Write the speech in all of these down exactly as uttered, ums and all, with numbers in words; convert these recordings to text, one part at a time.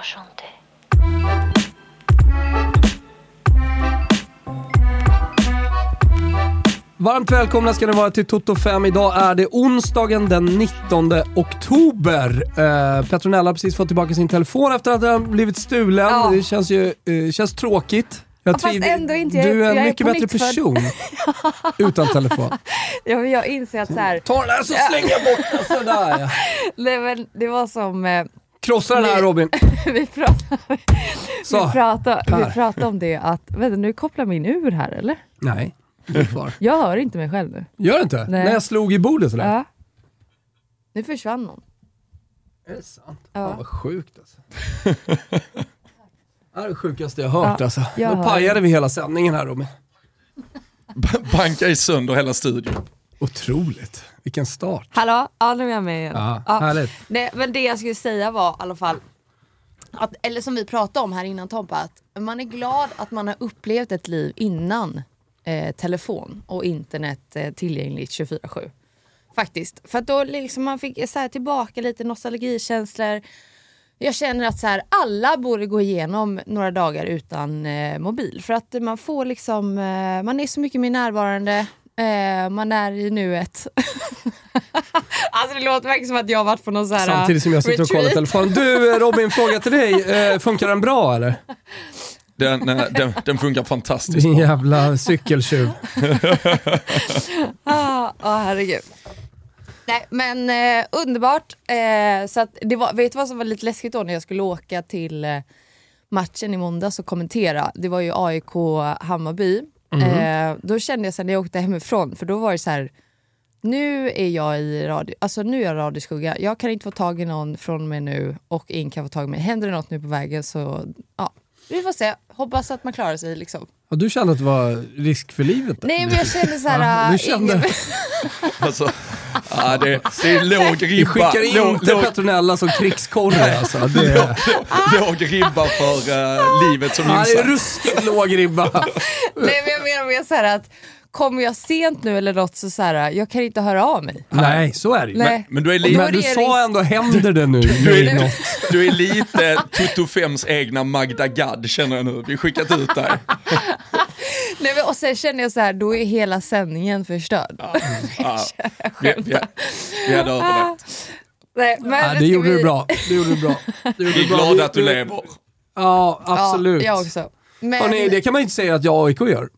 Enchanté. Varmt välkomna ska ni vara till Toto fem. Idag är det onsdagen den nittonde oktober. Eh, Petronella har precis fått tillbaka sin telefon efter att den har blivit stulen. Ja. Det känns ju eh, känns tråkigt. Jag ja, fast ändå inte. Jag, du är en jag mycket är bättre person utan telefon. Ja, men jag inser att så här... Ta den här så slänger jag bort den sådär. Ja. Nej, men det var som... Eh, Krossa den här, Robin. vi pratade, vi, pratade, vi pratade om det att... Vänta, nu kopplar min ur här, eller? Nej. Jag hör inte mig själv nu. Gör inte? Nej. När jag slog i bordet sådär. Ja. Nu försvann någon. Är det sant? Ja. Fan vad sjukt alltså. Det är det sjukaste jag hört ja, alltså. Jag nu pajade vi hela sändningen här, Robin. Banka i sönder hela studion. Otroligt. Vilken start. Hallå? Ja, nu är jag med igen. Ja, ja. Härligt. Nej, men det jag skulle säga var i alla fall att, eller som vi pratade om här innan, Tompa, att man är glad att man har upplevt ett liv innan Eh, telefon och internet eh, tillgängligt tjugofyra sju. Faktiskt. För att då liksom man fick så här, tillbaka lite nostalgikänslor. Jag känner att så här, alla borde gå igenom några dagar utan eh, mobil. För att man får liksom, eh, man är så mycket mer närvarande. Eh, man är i nuet. Alltså det låter verkligen som att jag har varit på någon så här samtidigt som jag sitter och kollar telefonen. Du Robin, fråga till dig. Eh, funkar den bra eller? Den, den, den funkar fantastiskt. Din jävla cykeltjuv. ah, oh, herregud. Nej, men eh, underbart. Eh, så att det var, vet du vad som var lite läskigt då när jag skulle åka till eh, matchen i måndags och kommentera? Det var ju A I K Hammarby. Mm. Eh, då kände jag sen när jag åkte hemifrån, för då var det så här: nu är jag i radio, alltså nu är jag radioskugga. Jag kan inte få tag i någon från mig nu och ingen kan få tag i mig. Händer det något nu på vägen så ja. Vi får se. Hoppas att man klarar sig liksom. Och du kände att det var risk för livet? Då? Nej, men jag kände så här... Ja, du kände... ingen... alltså, ja, det, det är låg ribba. Vi skickar låg, inte låg... Petronella som krigskorre. Alltså. Det är... låg, låg ribba för uh, livet som insats. Ja, det är ruskigt låg ribba. Nej, men jag menar mer så här att kommer jag sent nu eller något så, så här, jag kan inte höra av mig. Nej, så är det ju. Men, men du, är li- men du sa ändå, händer det nu? Du är, du är lite Toto fems egna Magda Gad, känner jag nu. Vi har skickat ut där. Nej, men, och sen känner jag så här, då är hela sändningen förstörd. Ja, ja. Vi, vi, vi hade överlevt. Nej, men ja, det gjorde vi... du bra. Det gjorde du bra. Det gjorde vi är glada att du lever. Ja, absolut. Ja, jag också. Men... Hörrni, det kan man inte säga att jag och A I K gör.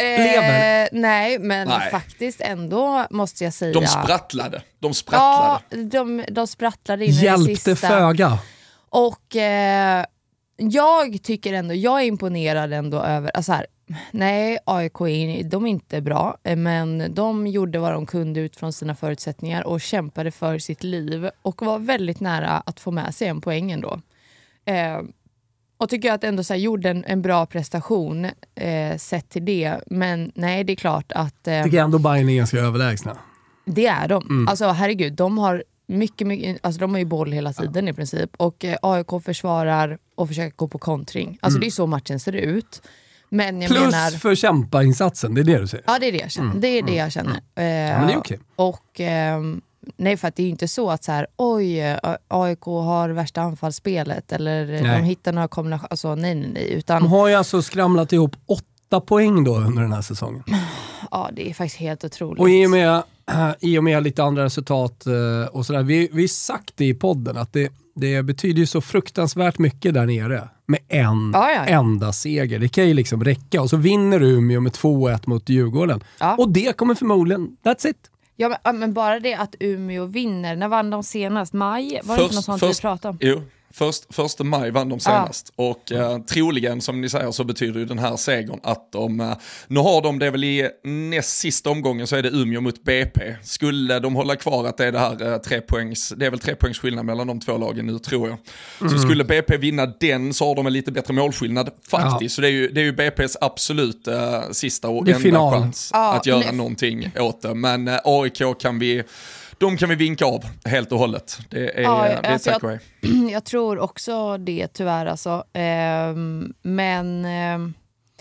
Eh, nej, men nej. Faktiskt ändå måste jag säga... De sprattlade. De sprattlade. Ja, de, de sprattlade in i Hjälpte det sista. föga. Och eh, jag tycker ändå, jag är imponerad ändå över... Alltså här, nej, A I K är, de är inte bra, men de gjorde vad de kunde ut från sina förutsättningar och kämpade för sitt liv och var väldigt nära att få med sig en poäng ändå. Eh, Och tycker jag att ändå så här, gjorde en, en bra prestation eh, sett till det. Men nej, det är klart att... Eh, tycker jag ändå Bayern är ganska överlägsna. Det är de. Mm. Alltså herregud, de har mycket, mycket... Alltså de har ju boll hela tiden ja. i princip. Och eh, A I K försvarar och försöker gå på kontring. Alltså mm. det är så matchen ser ut. Men jag Plus menar, för kämpainsatsen, det är det du säger? Ja, det är det jag känner. Mm. Det är det jag känner. Mm. Eh, ja, men det är okej. Och... Eh, nej, för att det är ju inte så att så här, oj, A I K har värsta anfallsspelet eller nej. de hittar några kombinationer, alltså nej, nej, nej. Utan... De har ju alltså skramlat ihop åtta poäng då under den här säsongen. Ja, det är faktiskt helt otroligt. Och i och med, i och med lite andra resultat och sådär, vi vi sagt det i podden att det, det betyder ju så fruktansvärt mycket där nere med en ja, ja, ja. enda seger. Det kan ju liksom räcka och så vinner Umeå med två ett mot Djurgården. Ja. Och det kommer förmodligen, that's it. Ja, men, men bara det att Umeå vinner. När vann de senast? Maj? Var det först, inte något sånt först, vi pratade om? Jo, först, första maj vann de senast. Ah. Och eh, troligen, som ni säger, så betyder ju den här segern att de... Eh, nu har de det väl i näst sista omgången så är det Umeå mot B P. Skulle de hålla kvar att det är det här eh, tre poängs... Det är väl tre poängs skillnad mellan de två lagen nu, tror jag. Mm. Så skulle B P vinna den så har de en lite bättre målskillnad faktiskt. Ja. Så det är ju, det är ju B P:s absolut eh, sista och enda final. chans ah, att göra nej. någonting åt det. Men eh, A I K kan vi... De kan vi vinka av helt och hållet. Det är, ja, det är alltså jag, jag tror också det tyvärr. Alltså. Ehm, men ehm,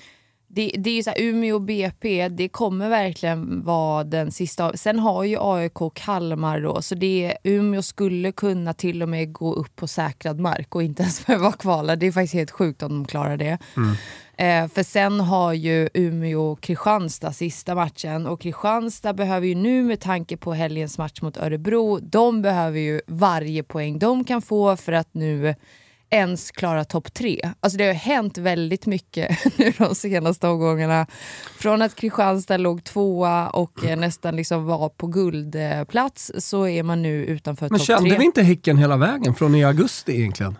Det, det är ju så här, Umeå och B P, det kommer verkligen vara den sista. Sen har ju A I K och Kalmar då, så det, Umeå skulle kunna till och med gå upp på säkrad mark och inte ens behöva kvala. Det är faktiskt helt sjukt om de klarar det. Mm. Eh, för sen har ju Umeå och Kristianstad sista matchen, och Kristianstad behöver ju nu, med tanke på helgens match mot Örebro, de behöver ju varje poäng de kan få för att nu ens klara topp tre. Alltså det har hänt väldigt mycket nu de senaste omgångarna. Från att Kristianstad låg tvåa och eh, nästan liksom var på guldplats, så är man nu utanför topp tre. Men kände vi inte Häcken hela vägen från i augusti egentligen?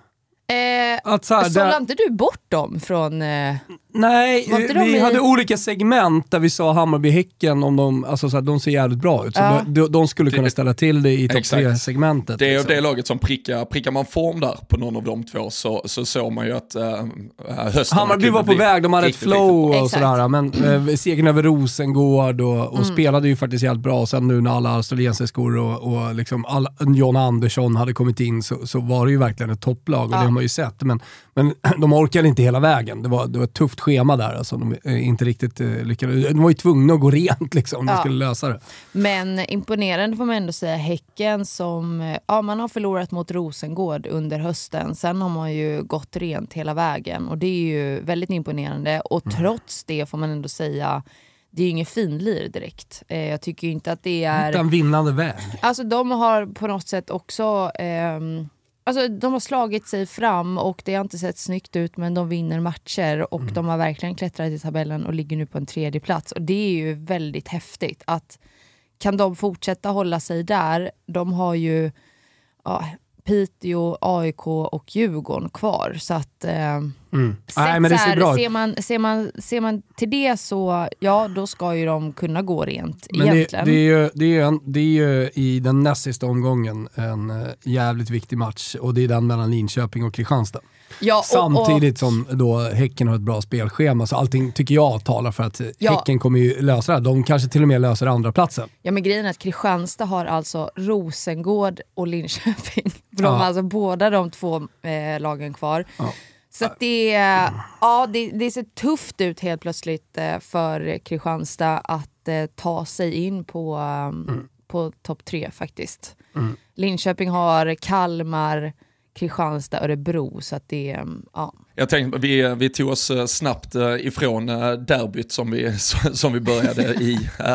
Eh, att så här, sålde där... inte du bort dem från... Eh... Nej, vi i... hade olika segment där vi sa Hammarby-Häcken, om de, alltså så här, de ser jävligt bra ut. Så ja. de, de skulle kunna ställa till det i topp tre-segmentet. Det är liksom. det laget som prickar, prickar man form där på någon av de två, så, så såg man ju att äh, hösten... Hammarby var på väg, de hade ett flow och sådär, men äh, segern över Rosengård och, och mm. spelade ju faktiskt jävligt bra. Och sen nu när alla australiensiskor och, och liksom alla, John Andersson hade kommit in, så, så var det ju verkligen ett topplag, och ja. det har man ju sett. Men, men de orkade inte hela vägen. Det var, det var ett tufft schema där, alltså de inte riktigt uh, lyckades. De var ju tvungna att gå rent liksom, om ja. de skulle lösa det. Men imponerande får man ändå säga. Häcken som, ja, man har förlorat mot Rosengård under hösten. Sen har man ju gått rent hela vägen, och det är ju väldigt imponerande. Och mm. trots det får man ändå säga, det är ju ingen finlir direkt. Eh, jag tycker ju inte att det är... En vinnande väg. Alltså de har på något sätt också... Ehm, Alltså, de har slagit sig fram, och det har inte sett snyggt ut, men de vinner matcher, och mm. de har verkligen klättrat i tabellen och ligger nu på en tredje plats. Och det är ju väldigt häftigt. Att kan de fortsätta hålla sig där, de har ju ja, Piteå, A I K och Djurgården kvar. Så att eh, mm. Nej, men det ser bra ut. Ser man, ser, man, ser man till det, så ja, då ska ju de kunna gå rent men egentligen. Det, det, är ju, det, är ju en, det är ju i den näst sista omgången en uh, jävligt viktig match, och det är den mellan Linköping och Kristianstad. Ja, och, Samtidigt och, som då Häcken har ett bra spelschema, så allting tycker jag talar för att ja. Häcken kommer ju lösa det. De kanske till och med löser andra platsen. Ja, men grejen är att Kristianstad har alltså Rosengård och Linköping. För ja. de har alltså båda de två eh, lagen kvar. Ja. Så att det, ja, det, det ser tufft ut helt plötsligt eh, för Kristianstad att eh, ta sig in på, um, mm. på topp tre faktiskt. Mm. Linköping har Kalmar, Kristianstad, Örebro, så att det, ja. Jag tänkte, vi, vi tog oss snabbt ifrån derbyt som vi, som vi började i.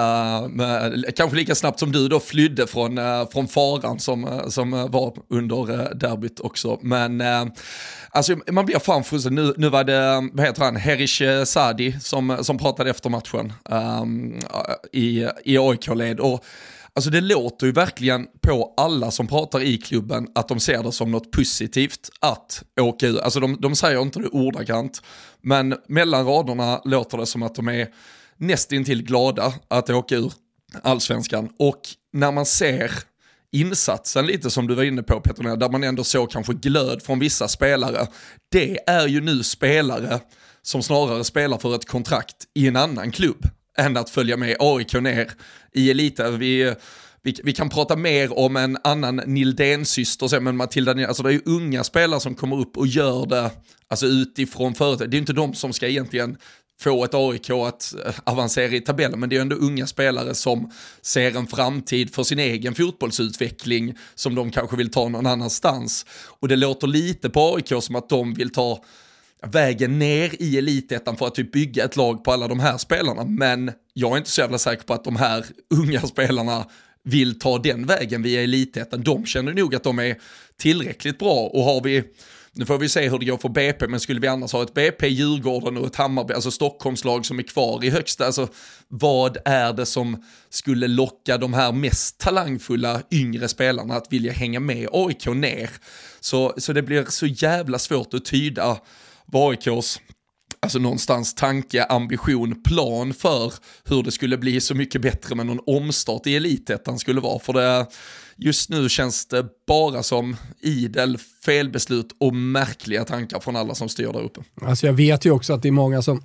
Uh, kanske lika snabbt som du då flydde från, uh, från faran som, som var under derbyt också. Men uh, alltså, man blir fan fullständigt. Nu, nu var det, vad heter han, Herish Sadi som, som pratade efter matchen um, i, i A I K-led, och alltså det låter ju verkligen på alla som pratar i klubben att de ser det som något positivt att åka ur. Alltså de, de säger inte det ordagrant, men mellan raderna låter det som att de är nästintill glada att åka ur allsvenskan. Och när man ser insatsen lite som du var inne på, Peter, där man ändå såg kanske glöd från vissa spelare, det är ju nu spelare som snarare spelar för ett kontrakt i en annan klubb än att följa med A I K ner i eliten. Vi, vi, vi kan prata mer om en annan Nildén-syster, men Matilda, alltså det är ju unga spelare som kommer upp och gör det alltså utifrån företag. Det är inte de som ska egentligen få ett A I K att avancera i tabellen, men det är ändå unga spelare som ser en framtid för sin egen fotbollsutveckling som de kanske vill ta någon annanstans. Och det låter lite på A I K som att de vill ta vägen ner i elitettan för att typ bygga ett lag på alla de här spelarna, men jag är inte så jävla säker på att de här unga spelarna vill ta den vägen via elitettan. De känner nog att de är tillräckligt bra, och har vi, nu får vi se hur det går för B P, men skulle vi annars ha ett B P, Djurgården och ett Hammarby, alltså Stockholmslag som är kvar i högsta, alltså vad är det som skulle locka de här mest talangfulla yngre spelarna att vilja hänga med A I K ner? Så, så det blir så jävla svårt att tyda A I K:s alltså någonstans tanke, ambition, plan för hur det skulle bli så mycket bättre med någon omstart i elitettan skulle vara. För det, just nu känns det bara som idel felbeslut och märkliga tankar från alla som styr där uppe. Alltså jag vet ju också att det är många som,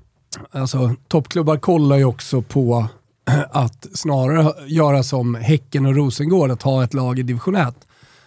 alltså toppklubbar kollar ju också på att snarare göra som Häcken och Rosengård, att ha ett lag i division ett.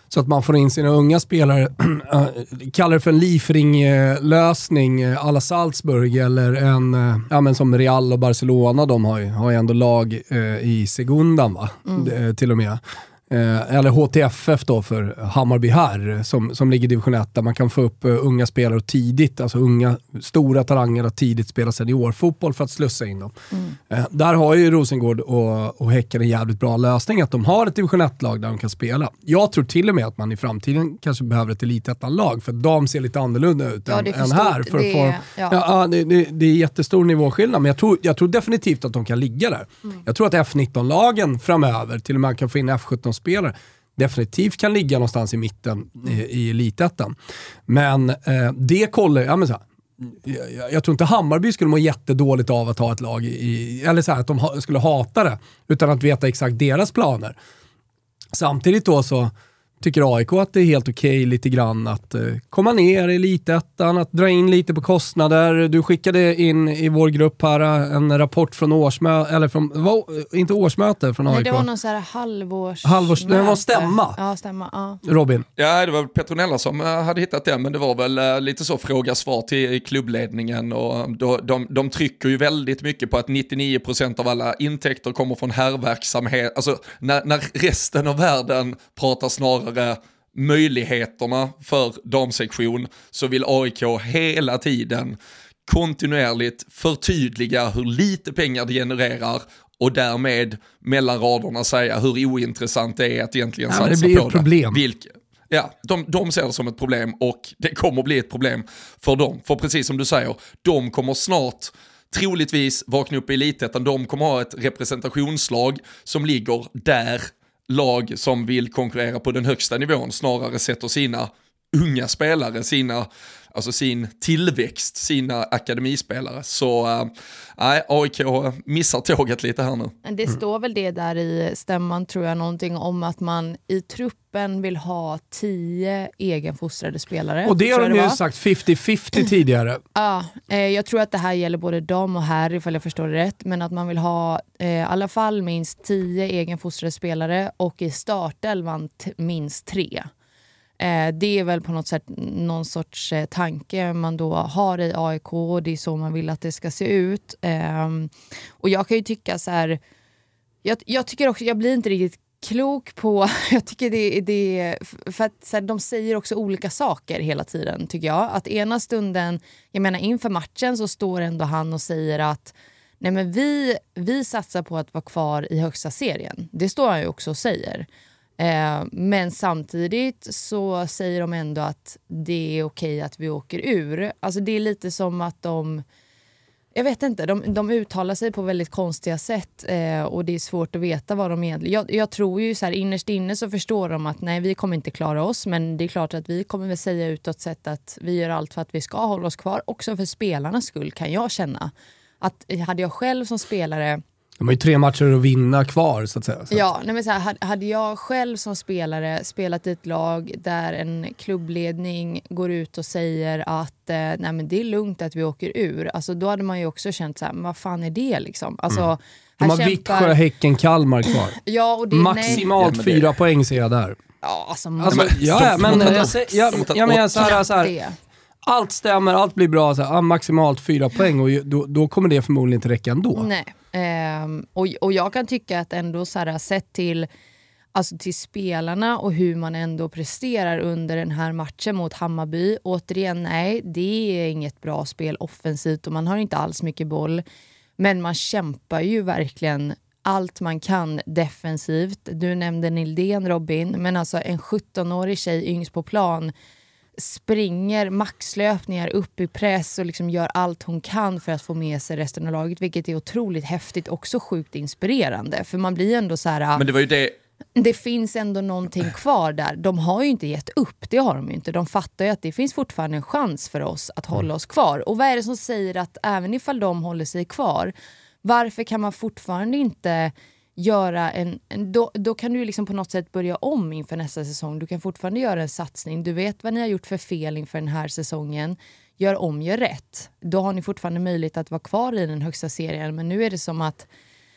Så att man får in sina unga spelare, kallar det för en Liefring-lösning alla Salzburg eller en, ja men som Real och Barcelona, de har ju, har ju ändå lag eh, i Segundan va, mm. till och med. Eh, eller H T F F då för Hammarby här som, som ligger i division ett där man kan få upp uh, unga spelare tidigt, alltså unga stora talanger att tidigt spela seniorfotboll för att slussa in dem. Mm. Eh, där har ju Rosengård och, och Häcken en jävligt bra lösning att de har ett division ett-lag där de kan spela. Jag tror till och med att man i framtiden kanske behöver ett elitettan-lag för att de ser lite annorlunda ut ja, än, än här. För det, att få, ja. Ja, det, det, det är jättestor nivåskillnad men jag tror, jag tror definitivt att de kan ligga där. Mm. Jag tror att F nitton-lagen framöver till och med kan få in F sjutton-spelare definitivt kan ligga någonstans i mitten i, i elitettan. Men eh, det kollar ja, men så här, jag, jag tror inte Hammarby skulle må jättedåligt av att ha ett lag i, eller så här, att de ha, skulle hata det utan att veta exakt deras planer. Samtidigt då så tycker A I K att det är helt okej okay, lite grann att eh, komma ner i elitettan, att dra in lite på kostnader. Du skickade in i vår grupp här en rapport från årsmöte, eller från, var, inte årsmöte från A I K. Nej, det var någon så här halvårs... Halvårs... Det var stämma. Ja, stämma. Ja. Robin? Ja, det var Petronella som hade hittat det, men det var väl lite så fråga-svar till klubbledningen och de, de, de trycker ju väldigt mycket på att nittionio procent av alla intäkter kommer från herrverksamhet. Alltså, när, när resten av världen pratar snarare möjligheterna för damsektion så vill A I K hela tiden kontinuerligt förtydliga hur lite pengar det genererar och därmed mellan raderna säga hur ointressant det är att egentligen ja, satsa det blir på ett problem. det. Vilke, ja, de, de ser det som ett problem och det kommer bli ett problem för dem. För precis som du säger, de kommer snart troligtvis vakna upp i elitettan. De kommer ha ett representationslag som ligger där lag som vill konkurrera på den högsta nivån snarare sätter sina unga spelare, sina, alltså sin tillväxt, sina akademispelare. Så nej, äh, A I K missar tåget lite här nu. Det mm. står väl det där i stämman tror jag någonting om att man i truppen vill ha tio egenfostrade spelare. Och det har de ju sagt femtio femtio tidigare. Ja, eh, jag tror att det här gäller både dam och herr ifall jag förstår det rätt. Men att man vill ha eh, i alla fall minst tio egenfostrade spelare och i startelvan t- minst tre. Eh, det är väl på något sätt någon sorts eh, tanke man då har i A I K och det är så man vill att det ska se ut. Eh, och jag kan ju tycka så här, jag, jag tycker också, jag blir inte riktigt klok på, jag tycker det, det för att så här, de säger också olika saker hela tiden tycker jag. Att ena stunden, jag menar inför matchen så står ändå han och säger att nej men vi, vi satsar på att vara kvar i högsta serien. Det står han ju också och säger. Eh, men samtidigt så säger de ändå att det är okej att vi åker ur. Alltså det är lite som att de, jag vet inte, de, de uttalar sig på väldigt konstiga sätt eh, och det är svårt att veta vad de egentligen, jag, jag tror ju så här innerst inne så förstår de att nej vi kommer inte klara oss, men det är klart att vi kommer väl säga utåt sett att vi gör allt för att vi ska hålla oss kvar, också för spelarnas skull kan jag känna. Att hade jag själv som spelare, de har ju tre matcher att vinna kvar så att säga. Så. Ja, nej men så här, hade jag själv som spelare spelat i ett lag där en klubbledning går ut och säger att eh, nej men det är lugnt att vi åker ur. Alltså då hade man ju också känt så här, men vad fan är det liksom? Alltså, mm. De har Vittsjö, Häcken, Kalmar kvar. Ja, och det, maximalt nej. fyra poäng ser jag där. Ja, alltså, alltså ja, men jag, jag, jag menar så här, så här allt stämmer, allt blir bra, så här, maximalt fyra poäng och då, då kommer det förmodligen inte räcka ändå. Nej. Um, och, och jag kan tycka att ändå så här, sett till, alltså till spelarna och hur man ändå presterar under den här matchen mot Hammarby, återigen nej, det är inget bra spel offensivt och man har inte alls mycket boll, men man kämpar ju verkligen allt man kan defensivt. Du nämnde Nildén, Robin, men alltså en sjuttonårig tjej yngst på plan springer maxlöpningar upp i press och liksom gör allt hon kan för att få med sig resten av laget, vilket är otroligt häftigt, också sjukt inspirerande, för man blir ändå så här. Men det var ju det. Det finns ändå någonting kvar där. De har ju inte gett upp, det har de ju inte. De fattar ju att det finns fortfarande en chans för oss att hålla oss kvar. Och vad är det som säger att även ifall de håller sig kvar, varför kan man fortfarande inte göra en, en då, då kan du liksom på något sätt börja om inför nästa säsong. Du kan fortfarande göra en satsning. Du vet vad ni har gjort för fel inför den här säsongen. Gör om, gör rätt. Då har ni fortfarande möjlighet att vara kvar i den högsta serien. Men nu är det som att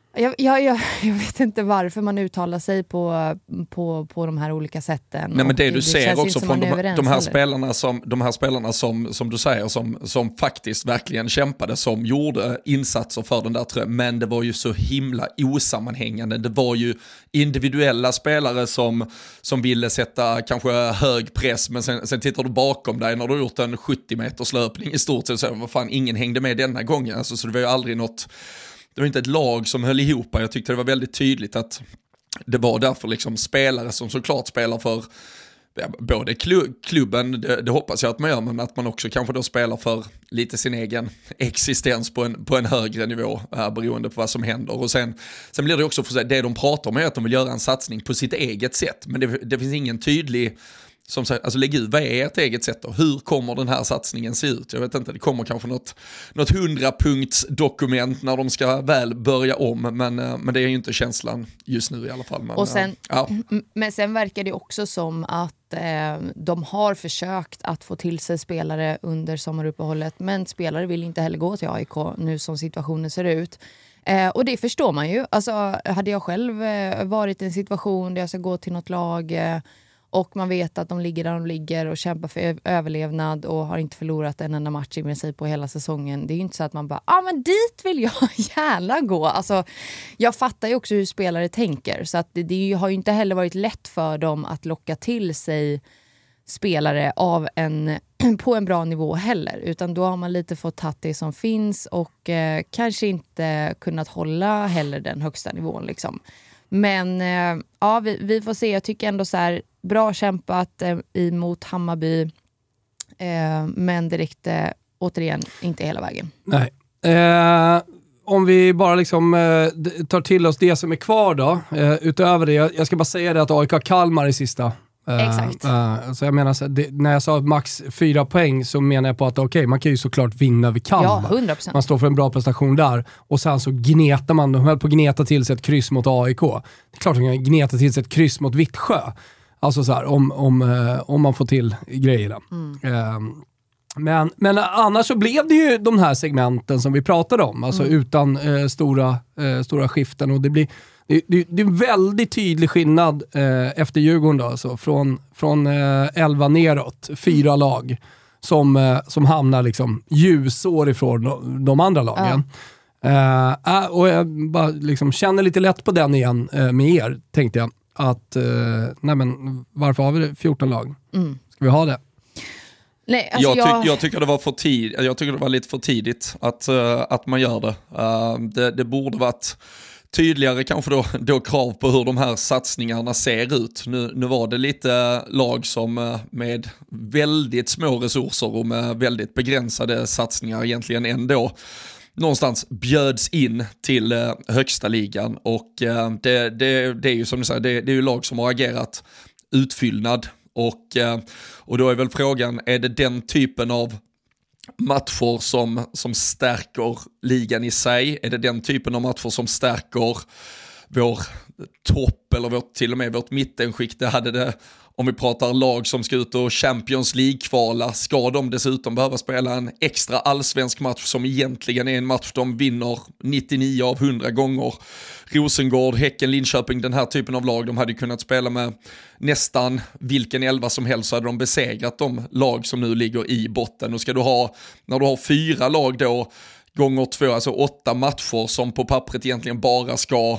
Jag, jag, jag, jag vet inte varför man uttalar sig på, på, på de här olika sätten. Nej, men det, det du det ser också från de, de här eller? spelarna, som, de här spelarna som, som du säger, som, som faktiskt verkligen kämpade, som gjorde insatser för den där tröjan, men det var ju så himla osammanhängande. Det var ju individuella spelare som, som ville sätta kanske hög press, men sen, sen tittar du bakom dig när du har gjort en sjuttio meters löpning i stort sett, så vad fan, ingen hängde med denna gången. Alltså, så det var ju aldrig något... Det var inte ett lag som höll ihop. Jag tyckte det var väldigt tydligt att det var därför liksom spelare som såklart spelar för både klubben, det, det hoppas jag att man gör, men att man också kanske då spelar för lite sin egen existens på en, på en högre nivå, äh, beroende på vad som händer. Och sen, sen blir det också för sig, det de pratar om är att de vill göra en satsning på sitt eget sätt, men det, det finns ingen tydlig... Som sagt, alltså lägg ut, vad är ert eget sätt då? Hur kommer den här satsningen se ut? Jag vet inte, det kommer kanske något, något hundrapunktsdokument när de ska väl börja om, men, men det är ju inte känslan just nu i alla fall. Men, och sen, ja. Men sen verkar det också som att eh, de har försökt att få till sig spelare under sommaruppehållet, men spelare vill inte heller gå till A I K nu som situationen ser ut. Eh, och det förstår man ju. Alltså, hade jag själv eh, varit i en situation där jag ska gå till något lag... Eh, och man vet att de ligger där de ligger och kämpar för överlevnad och har inte förlorat en enda match i princip på hela säsongen. Det är ju inte så att man bara, ja ah, men dit vill jag gärna gå. Alltså, jag fattar ju också hur spelare tänker. Så att det, det har ju inte heller varit lätt för dem att locka till sig spelare av en, på en bra nivå heller. Utan då har man lite fått tatt det som finns och eh, kanske inte kunnat hålla heller den högsta nivån liksom. Men eh, ja, vi, vi får se. Jag tycker ändå så här, bra kämpat eh, emot Hammarby. Eh, men direkt, eh, återigen, inte hela vägen. Nej. Eh, om vi bara liksom eh, tar till oss det som är kvar då. Eh, utöver det, jag, jag ska bara säga det att A I K Kalmar är sista. Uh, Exakt. Uh, så jag menar, så det, när jag sa max fyra poäng så menar jag på att okej, okay, man kan ju såklart vinna över Kalmar. Ja, hundra procent. Man står för en bra prestation där. Och sen så gnetar man, de höll på att gneta till sig ett kryss mot A I K. Det är klart att man kan gneta till sig ett kryss mot Vittsjö. Alltså så här, om, om, uh, om man får till grejerna. Mm. Uh, men, men annars så blev det ju de här segmenten som vi pratade om. Alltså mm. utan uh, stora, uh, stora skiften. Och det blir Det, det, det är en väldigt tydlig skillnad eh, efter Djurgården då, alltså, från, från eh, elva neråt, fyra lag som, eh, som hamnar liksom ljusår ifrån de, de andra lagen. Ja. Eh, och jag bara liksom känner lite lätt på den igen eh, med er, tänkte jag. Att, eh, nej men, varför har vi fjorton lag? Mm. Ska vi ha det? Nej, alltså jag, ty- jag... jag tycker det var för tid, jag tycker det var lite för tidigt att, uh, att man gör det. Uh, det. Det borde varit tydligare kanske då, då krav på hur de här satsningarna ser ut. Nu, nu var det lite lag som med väldigt små resurser och med väldigt begränsade satsningar egentligen ändå någonstans bjöds in till eh, högsta ligan. Och eh, det, det, det är ju som du säger, det, det är ju lag som har agerat utfyllnad. Och, eh, och då är väl frågan, är det den typen av matcher som, som stärker ligan i sig? Är det den typen av matcher som stärker vår topp eller vårt, till och med vårt mittenskikt? Hade det, om vi pratar lag som ska ut och Champions League-kvala, ska de dessutom behöva spela en extra allsvensk match som egentligen är en match de vinner nittionio av hundra gånger? Rosengård, Häcken, Linköping, den här typen av lag, de hade kunnat spela med nästan vilken elva som helst, så hade de besegrat de lag som nu ligger i botten. Och ska du ha, när du har fyra lag då, gånger två, alltså åtta matcher som på pappret egentligen bara ska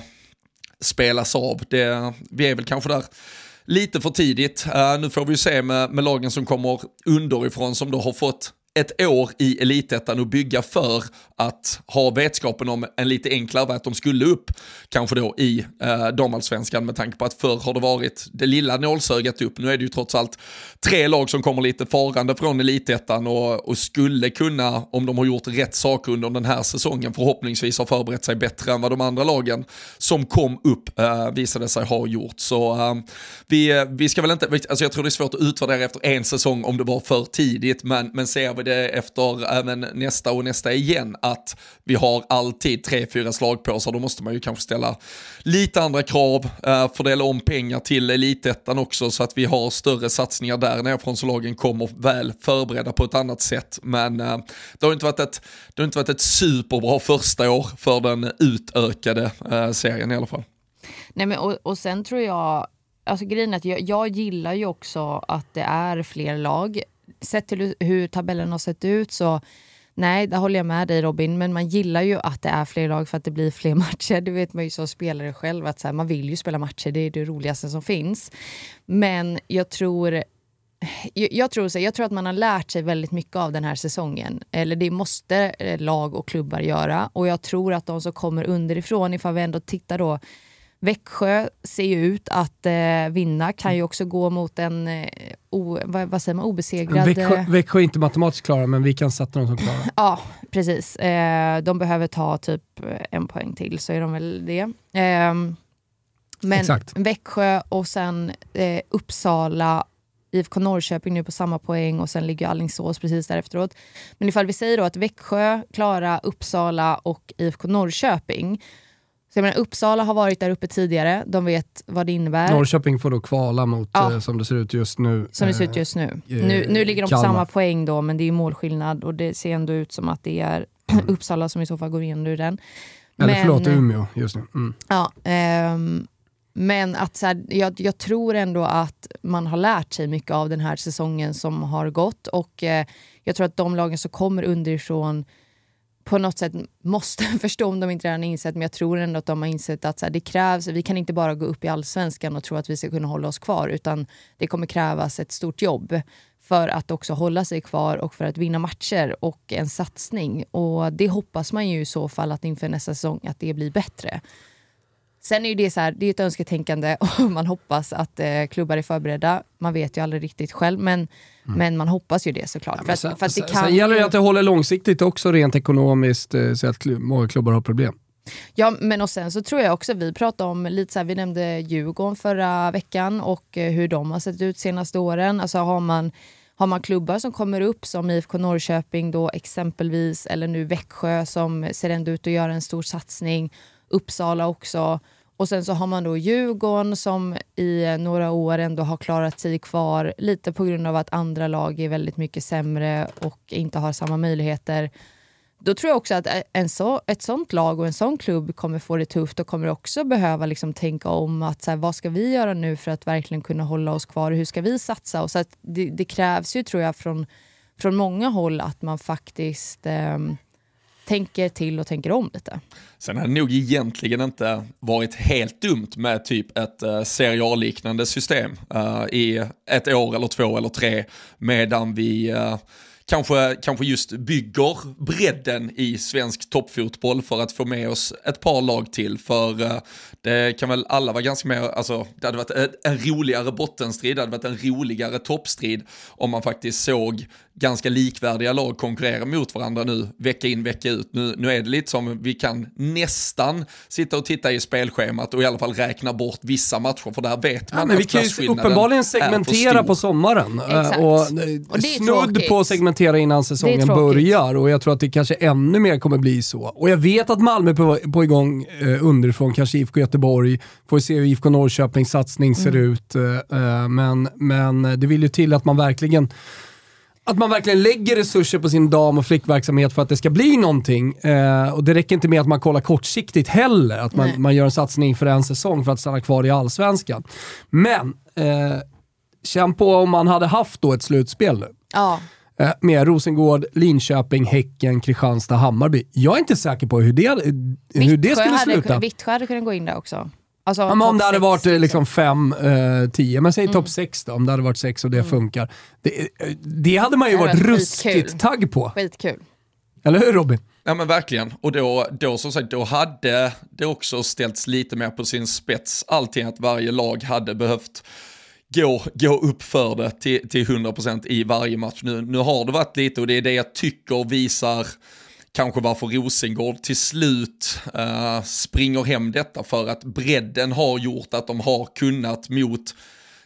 spelas av. Det, vi är väl kanske där lite för tidigt. Uh, nu får vi ju se med, med lagen som kommer underifrån, som då har fått ett år i elitettan och bygga för att ha vetskapen om en lite enklare väg att de skulle upp kanske då i eh, damallsvenskan, med tanke på att förr har det varit det lilla nålsögat upp. Nu är det ju trots allt tre lag som kommer lite farande från elitettan och, och skulle kunna, om de har gjort rätt saker under den här säsongen, förhoppningsvis har förberett sig bättre än vad de andra lagen som kom upp eh, visade sig ha gjort. Så eh, vi, vi ska väl inte, alltså jag tror det är svårt att utvärdera efter en säsong om det var för tidigt, men, men ser vi vi det efter även nästa och nästa igen, att vi har alltid tre, fyra slagpåsar. Då måste man ju kanske ställa lite andra krav, uh, fördela om pengar till elitettan också, så att vi har större satsningar där nerifrån, så lagen kommer väl förberedda på ett annat sätt. Men uh, det har inte varit ett, det har inte varit ett superbra första år för den utökade uh, serien i alla fall. Nej, men och, och sen tror jag, alltså grejen är att jag, jag gillar ju också att det är fler lag. Sett till hur tabellen har sett ut så nej, där håller jag med dig Robin, men man gillar ju att det är fler lag för att det blir fler matcher. Det vet man ju som spelare själv, att så här, man vill ju spela matcher, det är det roligaste som finns. Men jag tror jag, jag tror så, jag tror att man har lärt sig väldigt mycket av den här säsongen. Eller det måste lag och klubbar göra, och jag tror att de som kommer underifrån, ifall vi ändå tittar då, Växjö ser ju ut att eh, vinna, kan ju också gå mot en eh, o, vad, vad säger man, obesegrad. Växjö, Växjö är inte matematiskt klara, men vi kan sätta dem som klara. Ja, precis. Eh, de behöver ta typ en poäng till, så är de väl det. Eh, men Exakt. Växjö och sen eh, Uppsala, I F K Norrköping nu på samma poäng, och sen ligger Alingsås precis där efteråt. Men ifall vi säger då att Växjö, Klara, Uppsala och I F K Norrköping. Så jag menar, Uppsala har varit där uppe tidigare. De vet vad det innebär. Norrköping får då kvala mot, ja. eh, som det ser ut just nu. Som det ser ut just nu. Eh, nu, nu ligger de på samma poäng då, men det är målskillnad. Och det ser ändå ut som att det är Uppsala som i så fall går in ur den. Eller men, förlåt, Umeå just nu. Mm. Ja, ehm, men att så här, jag, jag tror ändå att man har lärt sig mycket av den här säsongen som har gått. Och eh, jag tror att de lagen som kommer underifrån på något sätt måste förstå, om de inte redan insett, men jag tror ändå att de har insett att så här, det krävs, vi kan inte bara gå upp i allsvenskan och tro att vi ska kunna hålla oss kvar, utan det kommer krävas ett stort jobb för att också hålla sig kvar och för att vinna matcher och en satsning, och det hoppas man ju i så fall att inför nästa säsong att det blir bättre. Sen är ju det så här, det är ett önsketänkande och man hoppas att eh, klubbar är förberedda. Man vet ju aldrig riktigt själv, men, mm. men man hoppas ju det såklart. Ja, för att, sen, för att det kan sen gäller det att det håller långsiktigt också rent ekonomiskt, eh, så att klubb, många klubbar har problem. Ja, men och sen så tror jag också, vi pratade om lite så här, vi nämnde Djurgården förra veckan och eh, hur de har sett ut senaste åren. Alltså har man, har man klubbar som kommer upp som I F K Norrköping då exempelvis, eller nu Växjö som ser ändå ut att göra en stor satsning, Uppsala också. Och sen så har man då Djurgården som i några år ändå har klarat sig kvar. Lite på grund av att andra lag är väldigt mycket sämre och inte har samma möjligheter. Då tror jag också att en så, ett sånt lag och en sån klubb kommer få det tufft och kommer också behöva liksom tänka om att så här, vad ska vi göra nu för att verkligen kunna hålla oss kvar? Hur ska vi satsa? Och så att det, det krävs ju, tror jag, från, från många håll att man faktiskt eh, tänker till och tänker om lite. Sen har det nog egentligen inte varit helt dumt med typ ett uh, serialliknande system uh, i ett år eller två eller tre, medan vi uh, kanske, kanske just bygger bredden i svensk toppfotboll för att få med oss ett par lag till. För uh, det kan väl alla vara ganska med, alltså det hade varit en, en roligare bottenstrid, det hade varit en roligare toppstrid om man faktiskt såg ganska likvärdiga lag konkurrera mot varandra nu, vecka in, vecka ut. Nu, nu är det lite som vi kan nästan sitta och titta i spelschemat och i alla fall räkna bort vissa matcher, för där vet man ja, men vi kan ju uppenbarligen segmentera på sommaren. Exakt. Och, och det är snudd tråkigt. på att segmentera innan säsongen börjar, och jag tror att det kanske ännu mer kommer bli så. Och jag vet att Malmö är på, på igång eh, underifrån, kanske I F K Göteborg, får se hur I F K Norrköpings satsning ser mm. ut, eh, men, men det vill ju till att man verkligen Att man verkligen lägger resurser på sin dam- och flickverksamhet för att det ska bli någonting. Eh, och det räcker inte med att man kollar kortsiktigt heller. Att man, man gör en satsning för en säsong för att stanna kvar i allsvenskan. Men, eh, känn på om man hade haft då ett slutspel nu. Ja. Eh, med Rosengård, Linköping, Häcken, Kristianstad, Hammarby. Jag är inte säker på hur det, hur det skulle sluta. Vittsjö hade kunnat gå in där också. Alltså, ja, om det hade varit liksom fem, eh, tio, men säg mm. topp sex då, om det hade varit sex och det mm. funkar. Det, det hade man ju varit ruskigt tagg på. Skitkul. Eller hur, Robin? Ja, men verkligen. Och då, då, som sagt, då hade det också ställts lite mer på sin spets. Allting att varje lag hade behövt gå, gå upp för det till, till hundra procent i varje match. Nu, nu har det varit lite, och det är det jag tycker visar kanske varför Rosengård till slut uh, springer hem detta, för att bredden har gjort att de har kunnat mot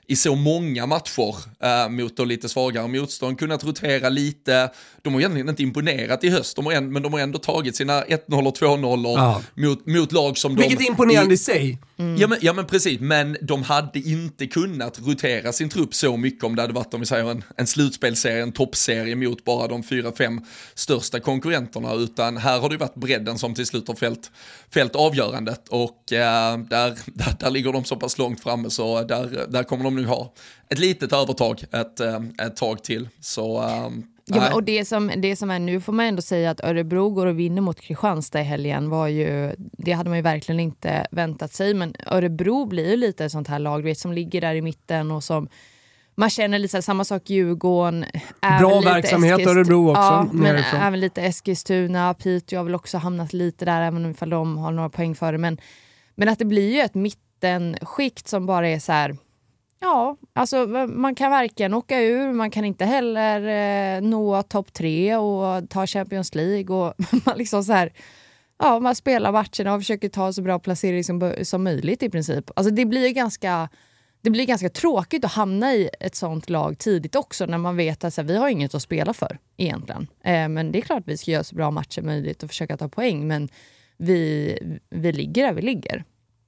i så många matcher äh, mot då lite svagare motstånd, kunnat rotera lite. De har egentligen inte imponerat i höst, de har en, men de har ändå tagit sina ett noll och två noll ja. mot, mot lag som Vilket de... Vilket är imponerande i, i sig. Mm. Ja, men, ja men precis, men de hade inte kunnat rotera sin trupp så mycket om det hade varit, om vi säger en, en slutspelserie, en toppserie mot bara de fyra, fem största konkurrenterna, utan här har det varit bredden som till slut har fällt, fällt avgörandet, och äh, där, där, där ligger de så pass långt framme, så där, där kommer de nu ha ett litet övertag ett, ett tag till. Så, äh, ja, men, och det som, det som är nu får man ändå säga att Örebro går och vinner mot Kristianstad i helgen var ju, det hade man ju verkligen inte väntat sig, men Örebro blir ju lite ett sånt här lag vet, som ligger där i mitten och som man känner lite samma sak. Djurgården är bra lite verksamhet Eskilst- Örebro också. Ja, men nerifrån. även lite Eskilstuna, Piteå har väl också hamnat lite där även om de har några poäng före, men, men att det blir ju ett mittenskikt som bara är så här. Ja, alltså man kan varken åka ur, man kan inte heller eh, nå topp tre och ta Champions League, och man liksom så här, ja, man spelar matcherna och försöker ta så bra placering som, som möjligt i princip. Alltså det blir ganska det blir ganska tråkigt att hamna i ett sånt lag tidigt också, när man vet att så här, vi har inget att spela för egentligen. Eh, men det är klart att vi ska göra så bra matcher möjligt och försöka ta poäng, men vi, vi ligger där vi ligger.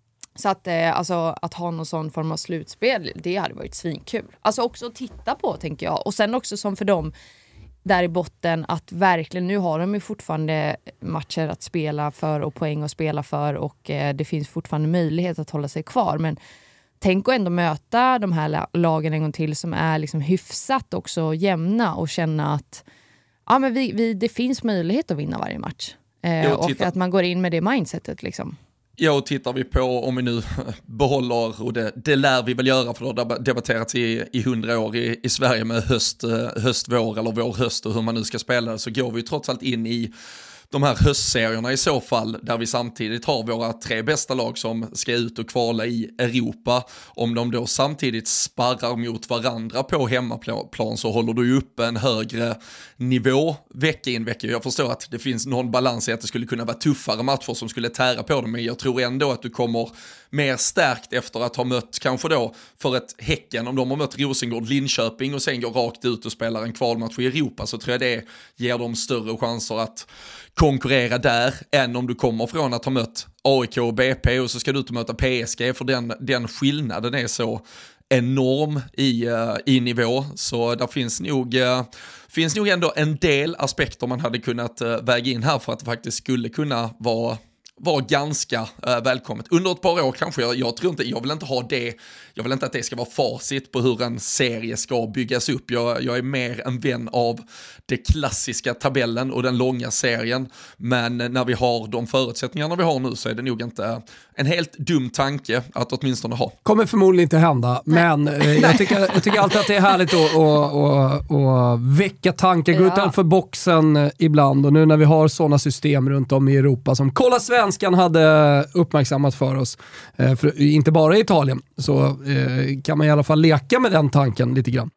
Så att, eh, alltså, att ha någon sån form av slutspel, det hade varit svinkul. Alltså också att titta på, tänker jag. Och sen också som för dem där i botten, att verkligen, nu har de ju fortfarande matcher att spela för och poäng att spela för, och eh, det finns fortfarande möjlighet att hålla sig kvar. Men tänk att ändå möta de här lagen en gång till som är liksom hyfsat också jämna, och känna att ja, men vi, vi, det finns möjlighet att vinna varje match. Eh, Jo, och att man går in med det mindsetet liksom. Ja, och tittar vi på, om vi nu behåller, och det, det lär vi väl göra, för det har debatterats i, i hundra år i, i Sverige med höst, höst, vår eller vår, höst, och hur man nu ska spela, så går vi trots allt in i de här höstserierna i så fall, där vi samtidigt har våra tre bästa lag som ska ut och kvala i Europa. Om de då samtidigt sparrar mot varandra på hemmaplan, så håller du ju upp en högre nivå vecka in vecka. Jag förstår att det finns någon balans i att det skulle kunna vara tuffare matcher som skulle tära på dem, men jag tror ändå att du kommer mer stärkt efter att ha mött, kanske då för ett Häcken, om de har mött Rosengård, Linköping och sen går rakt ut och spelar en kvalmatch i Europa, så tror jag det ger dem större chanser att konkurrera där, än om du kommer från att ha mött A I K och B P och så ska du ut och möta P S G, för den, den skillnaden är så enorm i, uh, i nivå. Så där finns nog, uh, finns nog ändå en del aspekter man hade kunnat uh, väga in här för att det faktiskt skulle kunna vara var ganska uh, välkommet. Under ett par år kanske, jag, jag tror inte, jag vill inte ha det, jag vill inte att det ska vara facit på hur en serie ska byggas upp. Jag, jag är mer en vän av det klassiska tabellen och den långa serien, men när vi har de förutsättningarna vi har nu, så är det nog inte en helt dum tanke att åtminstone ha. Kommer förmodligen inte hända, men eh, jag, tycker, jag tycker alltid att det är härligt att, att, att, att väcka tankar, gå Ja. utanför boxen ibland, och nu när vi har sådana system runt om i Europa som Kolla Svenskan hade uppmärksammat för oss, eh, för, inte bara i Italien, så eh, kan man i alla fall leka med den tanken lite grann.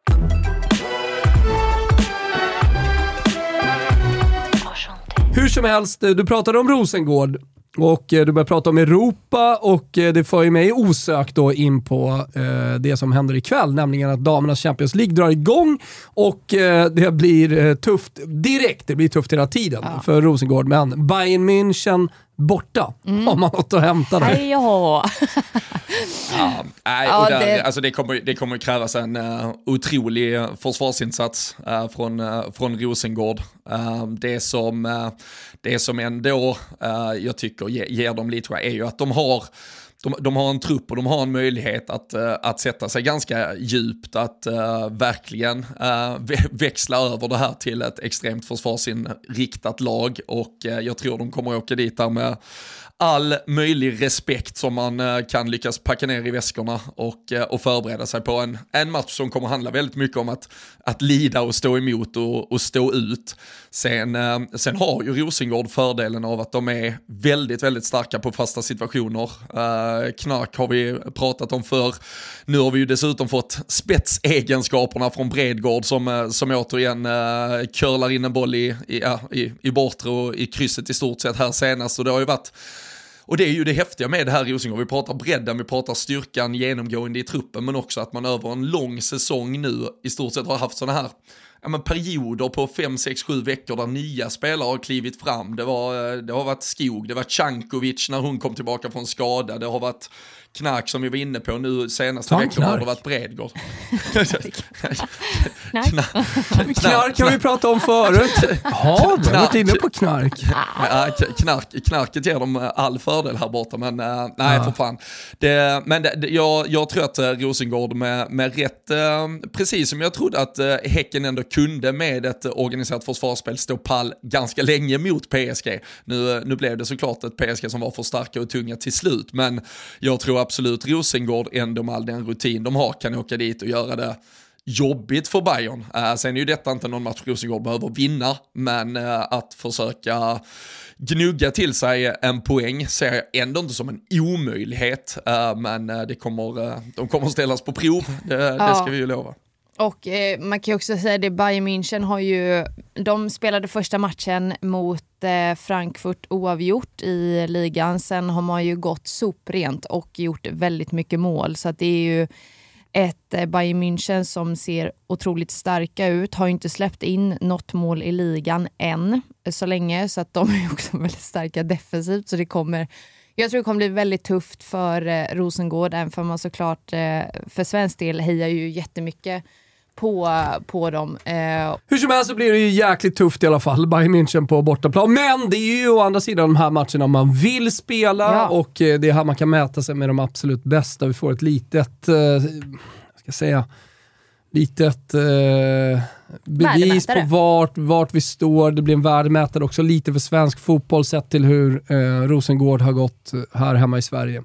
Hur som helst, du pratade om Rosengård och du började prata om Europa, och det får ju mig osökt då in på eh, det som händer ikväll, nämligen att damernas Champions League drar igång, och eh, det blir eh, tufft direkt, det blir tufft hela tiden ja. för Rosengård, men Bayern München borta, mm. har man något att hämta där. Hej ja. Ja, nej, Ja, och där, det... Alltså det kommer det kommer krävas en uh, otrolig försvarsinsats uh, från uh, från Rosengård. Uh, det som uh, det som ändå uh, jag tycker ge, ger dem lite är ju att de har De, de har en trupp och de har en möjlighet att, uh, att sätta sig ganska djupt, att uh, verkligen uh, växla över det här till ett extremt försvarsinriktat lag, och uh, jag tror de kommer åka dit där med all möjlig respekt som man uh, kan lyckas packa ner i väskorna och, uh, och förbereda sig på en, en match som kommer handla väldigt mycket om att, att lida och stå emot och, och stå ut. Sen, uh, sen har ju Rosengård fördelen av att de är väldigt, väldigt starka på fasta situationer. Uh, Knark har vi pratat om för. Nu har vi ju dessutom fått spetsegenskaperna från Bredgård som, som återigen uh, curlar in en boll i, i, uh, i, i bortre och i krysset i stort sett här senast. Och det har ju varit och det är ju det häftiga med det här Rosengård. Vi pratar bredden, vi pratar styrkan genomgående i truppen, men också att man över en lång säsong nu i stort sett har haft såna här ja, men perioder på fem, sex, sju veckor där nya spelare har klivit fram. Det, var, det har varit Skog, det var Cankovic när hon kom tillbaka från skada, det har varit Knark som vi var inne på nu senaste veckan har det varit Bredgård. Knark. Knark. Knark kan vi prata om förut. Ja, du har varit inne på knark. Ja, knark. Knarket ger dem all fördel här borta, men uh, nej ja. för fan. Det, men det, jag, jag tror att Rosengård med, med rätt, uh, precis som jag trodde att uh, Häcken ändå kunde med ett organiserat försvarsspel stå pall ganska länge mot P S G. Nu, nu blev det såklart ett P S G som var för starka och tunga till slut, men jag tror absolut Rosengård ändå med all den rutin de har kan åka dit och göra det jobbigt för Bayern. Uh, sen är ju detta inte någon match Rosengård behöver vinna, men uh, att försöka gnugga till sig en poäng ser jag ändå inte som en omöjlighet, uh, men uh, det kommer, uh, de kommer att ställas på prov, det, ja. det ska vi ju lova. Och eh, man kan ju också säga det, Bayern München har ju, de spelade första matchen mot eh, Frankfurt oavgjort i ligan. Sen har man ju gått soprent och gjort väldigt mycket mål. Så att det är ju ett eh, Bayern München som ser otroligt starka ut. Har ju inte släppt in något mål i ligan än så länge. Så att de är också väldigt starka defensivt. Så det kommer... Jag tror det kommer bli väldigt tufft för eh, Rosengård, även för man såklart eh, för svensk del hejar ju jättemycket på, på dem. Eh. Hur som helst så blir det ju jäkligt tufft i alla fall, Bayern München på bortaplan. Men det är ju å andra sidan de här matcherna man vill spela, ja. och eh, det är här man kan mäta sig med de absolut bästa. Vi får ett litet, eh, jag ska säga, litet eh, bevis på vart, vart vi står. Det blir en värdemätare också lite för svensk fotboll sett till hur eh, Rosengård har gått här hemma i Sverige.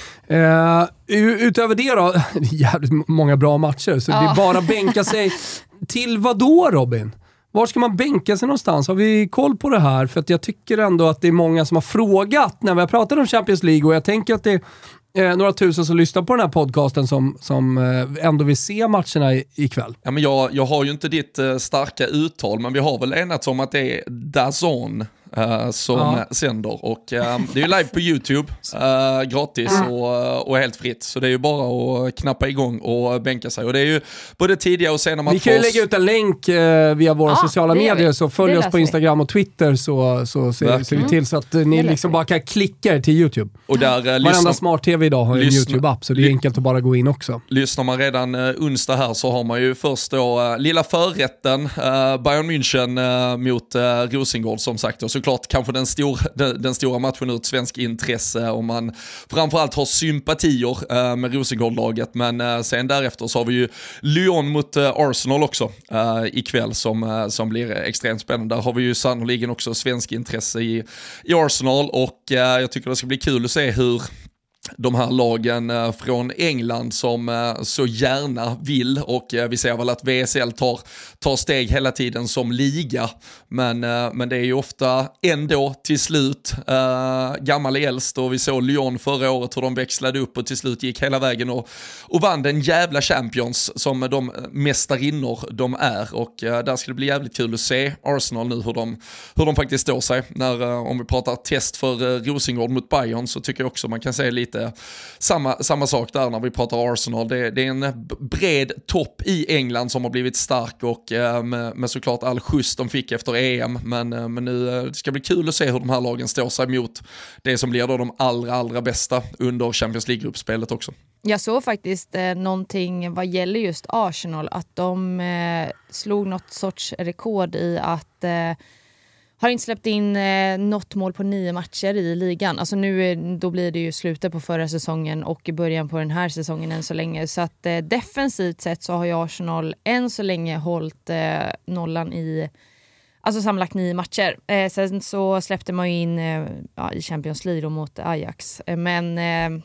Eh, utöver det då, det är jävligt många bra matcher, så ja. det är bara bänka sig. Till vad då, Robin? Var ska man bänka sig någonstans? Har vi koll på det här? För att jag tycker ändå att det är många som har frågat när vi har pratat om Champions League, och jag tänker att det är eh, några tusen som lyssnar på den här podcasten som, som eh, ändå vill se matcherna i, ikväll. Ja, men jag, jag har ju inte ditt eh, starka uttal, men vi har väl enats om att det är DAZN Uh, som ja. sänder, och uh, det är ju live på YouTube, uh, gratis ja. och, och helt fritt, så det är ju bara att knappa igång och bänka sig, och det är ju både tidiga och sena matcher. Vi kan ju lägga ut en länk uh, via våra ja, sociala medier, så följ oss på Instagram och Twitter, så, så ser, ser vi till så att uh, ni liksom bara kan klicka er till YouTube. Och där, uh, Varenda lyssnar, smart-tv idag har en YouTube-app, så det är enkelt att bara gå in också. Lyssnar man redan uh, onsdag här, så har man ju först då uh, lilla förrätten, uh, Bayern München uh, mot uh, Rosengård som sagt, och såklart kanske den, stor, den, den stora matchen ur ett svensk intresse om man framförallt har sympatier äh, med Rosengårdlaget, men äh, sen därefter så har vi ju Lyon mot äh, Arsenal också äh, ikväll som, äh, som blir extremt spännande. Där har vi ju sannoliken också svensk intresse i, i Arsenal, och äh, jag tycker det ska bli kul att se hur de här lagen eh, från England som eh, så gärna vill, och eh, vi ser väl att V S L tar, tar steg hela tiden som liga, men, eh, men det är ju ofta ändå till slut eh, gammal äldst, och vi såg Lyon förra året hur de växlade upp och till slut gick hela vägen och, och vann den jävla Champions som de mästarinnor de är, och eh, där ska det bli jävligt kul att se Arsenal nu hur de, hur de faktiskt står sig. När, eh, om vi pratar test för eh, Rosengård mot Bayern, så tycker jag också man kan se lite Samma, samma sak där när vi pratar Arsenal. Det, det är en bred topp i England som har blivit stark, och eh, med, med såklart all skjuts de fick efter E M, men, eh, men nu eh, det ska bli kul att se hur de här lagen står sig mot det som blir då de allra, allra bästa under Champions League-gruppspelet också. Jag såg faktiskt eh, någonting vad gäller just Arsenal, att de eh, slog något sorts rekord i att eh, har inte släppt in eh, något mål på nio matcher i ligan. Alltså nu då blir det ju slutet på förra säsongen och i början på den här säsongen än så länge. Så att eh, defensivt sett så har ju Arsenal än så länge hållit eh, nollan i, alltså sammanlagt nio matcher. Eh, sen så släppte man ju in eh, ja, i Champions League mot Ajax. Eh, men eh,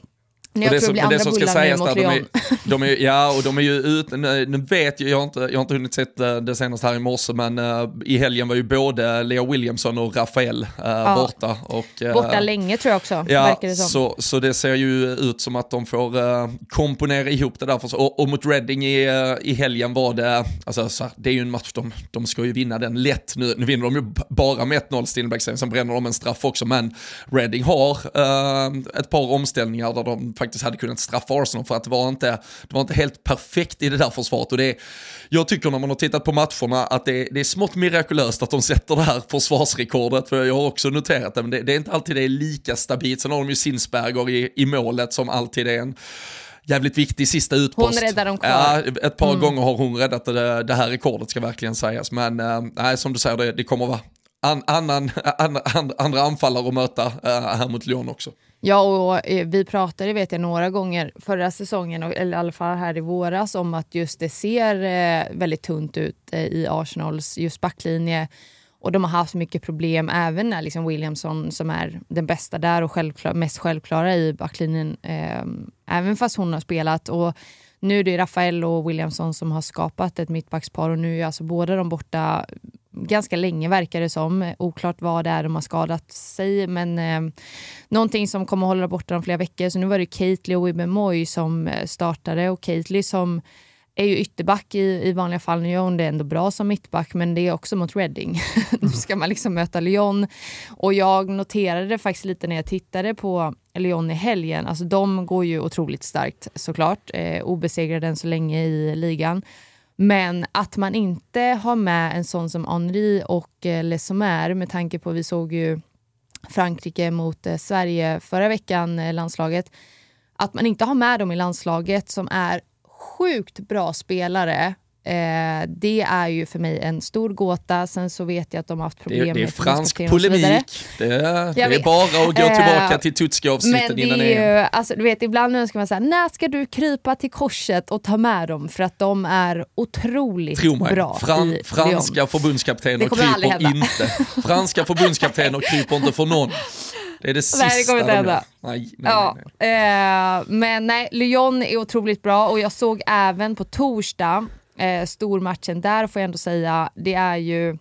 Men jag det tror som, det blir det andra som ska bullar nu sägas mot där, de Lyon. är, de är, ja, och de är ju ut, nu, nu vet jag, jag har, inte, jag har inte hunnit sett det senast här i morse, men uh, i helgen var ju både Leo Williamson och Rafael uh, ja. borta. Och, uh, borta länge tror jag också, ja, verkar det som. Så, så det ser ju ut som att de får uh, komponera ihop det där. För, och, och mot Reading i, uh, i helgen var det, alltså, så här, det är ju en match, de, de ska ju vinna den lätt. Nu, nu vinner de ju bara med ett noll Stillenberg, sen bränner de en straff också, men Reading har uh, ett par omställningar där de faktiskt hade kunnat straffa Arsenal, för att det var inte, det var inte helt perfekt i det där försvaret. Och det, jag tycker när man har tittat på matcherna att det, det är smått mirakulöst att de sätter det här försvarsrekordet, för jag har också noterat det, men det, det är inte alltid det är lika stabilt. Sen har de ju Sinsberger i, i målet som alltid är en jävligt viktig sista utpost. Hon räddar dem kvar. Ja, ett par mm. gånger har hon räddat det, det här rekordet, ska verkligen sägas. Men äh, nej, som du säger, det, det kommer vara an, annan, an, an, andra anfallare att möta äh, här mot Lyon också. Ja, och vi pratade, vet jag, några gånger förra säsongen, eller i alla fall här i våras, om att just det ser eh, väldigt tunt ut eh, i Arsenals just backlinje. Och de har haft mycket problem, även när liksom Williamson, som är den bästa där och självklar, mest självklara i backlinjen, eh, även fast hon har spelat. Och nu är det Rafael och Williamson som har skapat ett mittbackspar, och nu är alltså båda de borta ganska länge, verkar det som. Oklart vad det är de har skadat sig, men eh, någonting som kommer att hålla borta dem flera veckor. Så nu var det Keithley och Wibben Moy som startade, och Keithley som är ju ytterback i, i vanliga fall. Nu gör hon det ändå bra som mittback, men det är också mot Reading. Nu ska man liksom möta Lyon. Och jag noterade det faktiskt lite när jag tittade på Lyon i helgen. Alltså de går ju otroligt starkt såklart. Eh, obesegrade än så länge i ligan. Men att man inte har med en sån som Henry och eh, Les Sommer, med tanke på, vi såg ju Frankrike mot eh, Sverige förra veckan, eh, landslaget. Att man inte har med dem i landslaget som är sjukt bra spelare, eh, det är ju för mig en stor gåta. Sen så vet jag att de har haft problem med... Det är, det är fransk polemik. Det är, det är bara att gå tillbaka till Tutski-avsnittet innan det är... Ju, alltså, du vet, ibland önskar man säga, när ska du krypa till korset och ta med dem? För att de är otroligt Tro mig, bra Fran, i franska Lyon. förbundskaptener kryper inte. Franska förbundskaptener kryper inte för någon. Det är det sista. Nej, det kommer inte hända. Nej, nej, ja, nej, nej. Eh, men nej, Lyon är otroligt bra, och jag såg även på torsdag eh, stormatchen där, får jag ändå säga, det är ju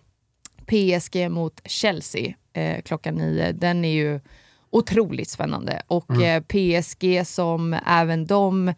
P S G mot Chelsea eh, klockan nio. Den är ju otroligt spännande, och mm. eh, P S G som även de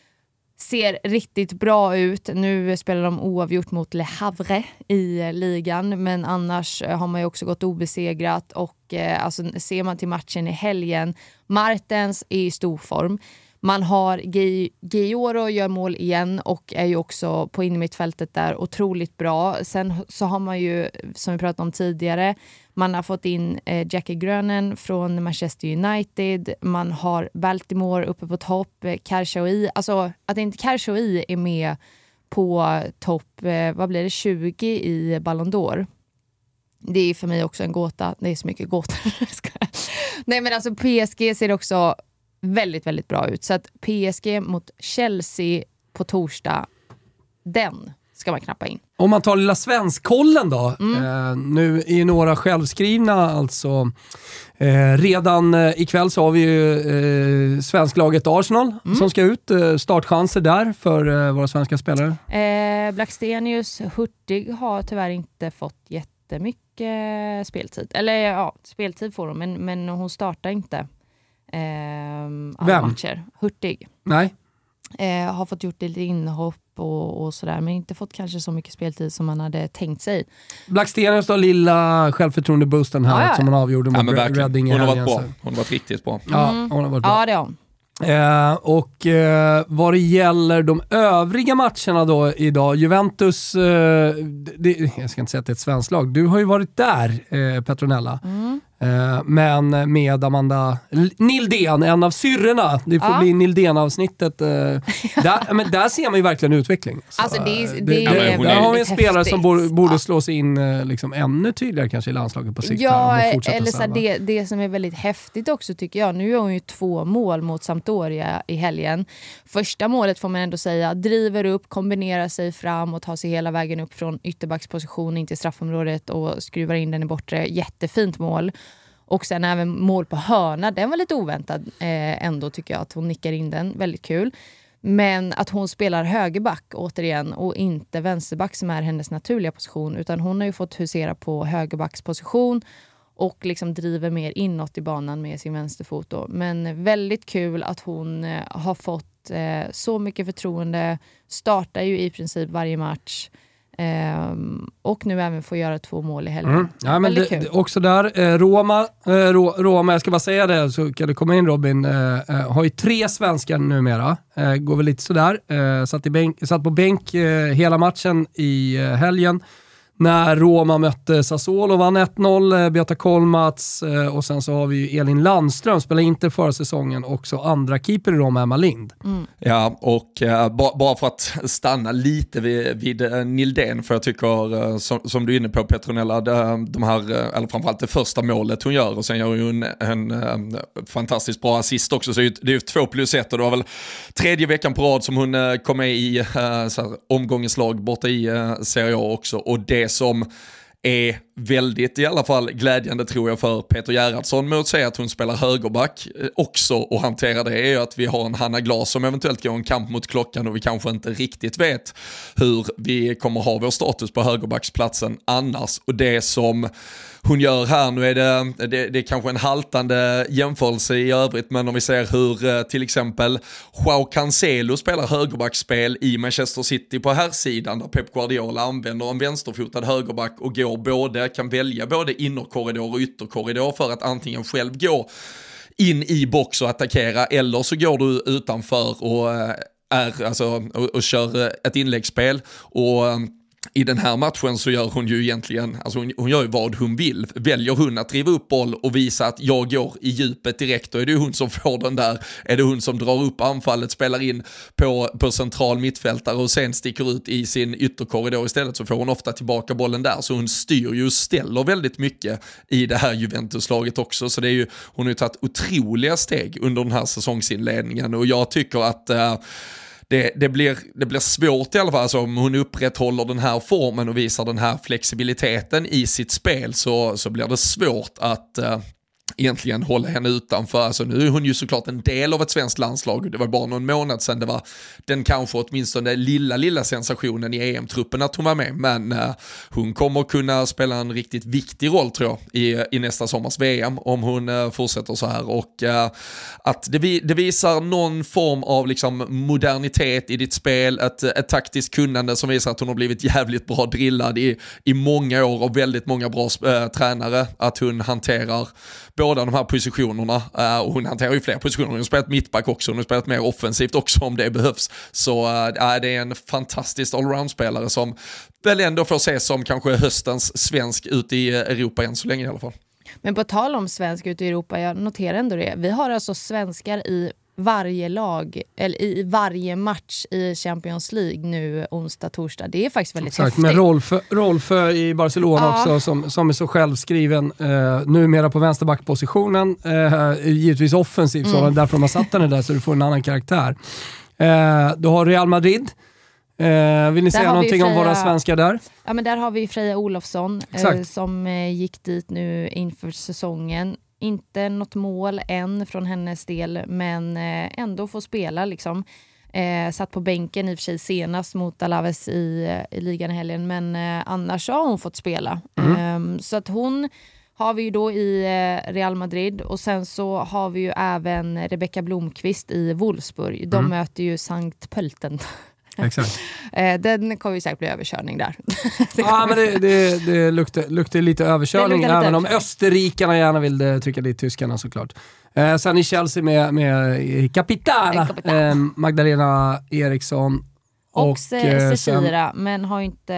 ser riktigt bra ut. Nu spelar de oavgjort mot Le Havre i ligan, men annars har man ju också gått obesegrat, och eh, alltså, ser man till matchen i helgen, Martens är i stor form. Man har Gioro gör mål igen och är ju också på innermittfältet där otroligt bra. Sen så har man ju, som vi pratade om tidigare, man har fått in eh, Jackie Grönen från Manchester United. Man har Baltimore uppe på topp, eh, Kershawi. Alltså att inte Kershawi är med på topp, eh, vad blir det, tjugo i Ballon d'Or. Det är för mig också en gåta. Det är så mycket gåtor. Nej, men alltså P S G ser också väldigt, väldigt bra ut. Så att P S G mot Chelsea på torsdag, den ska man knappa in. Om man tar lilla svenskkollen då. Mm. Eh, nu är några självskrivna alltså. Eh, redan eh, ikväll så har vi ju eh, svensklaget Arsenal mm. som ska ut. Eh, startchanser där för eh, våra svenska spelare. Eh, Blackstenius Hurtig har tyvärr inte fått jättemycket speltid. Eller ja, speltid får hon, men, men hon startar inte. Eh, Vem? Matcher. Hurtig. Nej. Eh, har fått gjort lite inhopp och, och sådär, men inte fått kanske så mycket speltid som man hade tänkt sig. Blackstenius då, lilla självförtroende-boosten här, ja, ja. som hon avgjorde mot ja, Reading. Hon har varit bra. Hon har varit riktigt bra. Ja, hon har varit bra. Ja, det har hon. Eh, och eh, vad det gäller de övriga matcherna då idag, Juventus, eh, det, jag ska inte säga att det är ett svenskt lag, du har ju varit där, eh, Petronella. Mm. Eh, men med Amanda Nildén, en av syrrorna, det får ja. bli Nildén-avsnittet. Eh, där, men där ser man ju verkligen utveckling. Så, alltså det, det, det, det, det, är där har vi en spelare häftigt. som borde, borde ja. slå sig in eh, liksom, ännu tydligare kanske i landslaget på sikt. Ja, här, eller så det, det som är väldigt häftigt också tycker jag, nu har hon ju två mål mot Sampdoria i helgen. Första målet får man ändå säga, driver upp, kombinerar sig fram och tar sig hela vägen upp från ytterbacksposition in till straffområdet och skruvar in den i bortre. Jättefint mål. Och sen även mål på hörna, den var lite oväntad eh, ändå tycker jag, att hon nickar in den, väldigt kul. Men att hon spelar högerback återigen och inte vänsterback som är hennes naturliga position, utan hon har ju fått husera på högerbacksposition och liksom driver mer inåt i banan med sin vänsterfot då. Men väldigt kul att hon eh, har fått eh, så mycket förtroende, startar ju i princip varje match. Um, och nu även får göra två mål i helgen. Mm. Ja, men det, det, också där, eh, Roma, eh, Roma, jag ska bara säga det så kan du komma in Robin, eh, eh, har ju tre svenskar numera, eh, går väl lite sådär, eh, satt, i bänk, satt på bänk eh, hela matchen i eh, helgen när Roma mötte Sassuolo och vann ett noll, eh, Beata Kolmats eh, och sen så har vi ju Elin Landström, spelar inte förra säsongen, också andra keeper i Roma, Emma Lind. Mm. Ja, och uh, ba- bara för att stanna lite vid, vid uh, Nildén, för jag tycker, uh, som, som du är inne på Petronella, de, de här, uh, eller framförallt det första målet hon gör, och sen gör hon en, en uh, fantastiskt bra assist också, så det är ju två plus ett, och det var väl tredje veckan på rad som hon uh, kom med i uh, så här, omgångens lag borta i uh, Serie A också, och det som är väldigt i alla fall glädjande tror jag för Peter Gerhardsson med att säga att hon spelar högerback också och hanterar det, är ju att vi har en Hanna Glas som eventuellt går en kamp mot klockan och vi kanske inte riktigt vet hur vi kommer ha vår status på högerbacksplatsen annars, och det som hon gör här, nu är det, det, det är kanske en haltande jämförelse i övrigt, men om vi ser hur till exempel Joao Cancelo spelar högerbackspel i Manchester City på här sidan, där Pep Guardiola använder en vänsterfotad högerback och går både, kan välja både innerkorridor och ytterkorridor för att antingen själv gå in i box och attackera, eller så går du utanför och är alltså och, och kör ett inläggsspel. Och i den här matchen så gör hon ju egentligen, alltså hon, hon gör ju vad hon vill. Väljer hon att driva upp boll och visa att jag går i djupet direkt, då är det ju hon som får den där. Är det hon som drar upp anfallet, spelar in på, på central mittfältare och sen sticker ut i sin ytterkorridor istället, så får hon ofta tillbaka bollen där. Så hon styr ju och ställer väldigt mycket i det här Juventus-laget också. Så det är ju, hon har ju tagit otroliga steg under den här säsongsinledningen, och jag tycker att uh, Det, det, blir, det blir svårt i alla fall, alltså, om hon upprätthåller den här formen och visar den här flexibiliteten i sitt spel, så, så blir det svårt att uh, egentligen hålla henne utanför. Alltså, nu är hon ju såklart en del av ett svenskt landslag, det var bara någon månad sedan det var den kanske åtminstone lilla lilla sensationen i E M-truppen att hon var med, men uh, hon kommer kunna spela en riktigt viktig roll tror jag i, i nästa sommars V M om hon uh, fortsätter så här, och uh, att det, vi, det visar någon form av liksom modernitet i ditt spel, ett, ett taktiskt kunnande som visar att hon har blivit jävligt bra drillad i, i många år av väldigt många bra uh, tränare, att hon hanterar båda de här positionerna, uh, och hon hanterar ju fler positioner, hon har spelat mittback också, hon har spelat mer offensivt också om det behövs, så uh, det är en fantastisk allround-spelare som väl ändå får ses som kanske höstens svensk ute i Europa än så länge i alla fall. Men på tal om svensk ute i Europa, jag noterar ändå det, vi har alltså svenskar i varje lag, eller i varje match i Champions League nu onsdag, torsdag. Det är faktiskt väldigt Exakt, häftigt. med Rolf, Rolf i Barcelona ja. också, som, som är så självskriven eh, numera på vänsterbackpositionen, eh, givetvis offensiv, mm. så därför de har satt den där så du får en annan karaktär. Eh, du har Real Madrid. Eh, vill ni där säga någonting Freja, om våra svenskar där? Ja, men där har vi Freja Olofsson eh, som eh, gick dit nu inför säsongen. Inte något mål än från hennes del, men eh, ändå får spela liksom. Eh, satt på bänken i och för sig senast mot Alaves i, i ligan i helgen, men eh, annars har hon fått spela. Mm. Eh, så att hon har vi ju då i eh, Real Madrid, och sen så har vi ju även Rebecca Blomqvist i Wolfsburg. De mm. möter ju Sankt Pölten. Exakt. Den kommer ju säkert bli överkörning där. Ja, men det, det, det luktar, luktar lite överkörning, lite även om österrikarna gärna vill det, trycka dit tyskarna såklart. Eh, sen i Chelsea med, med kapitana eh, Magdalena Eriksson och, och Cecira, eh, men har ju inte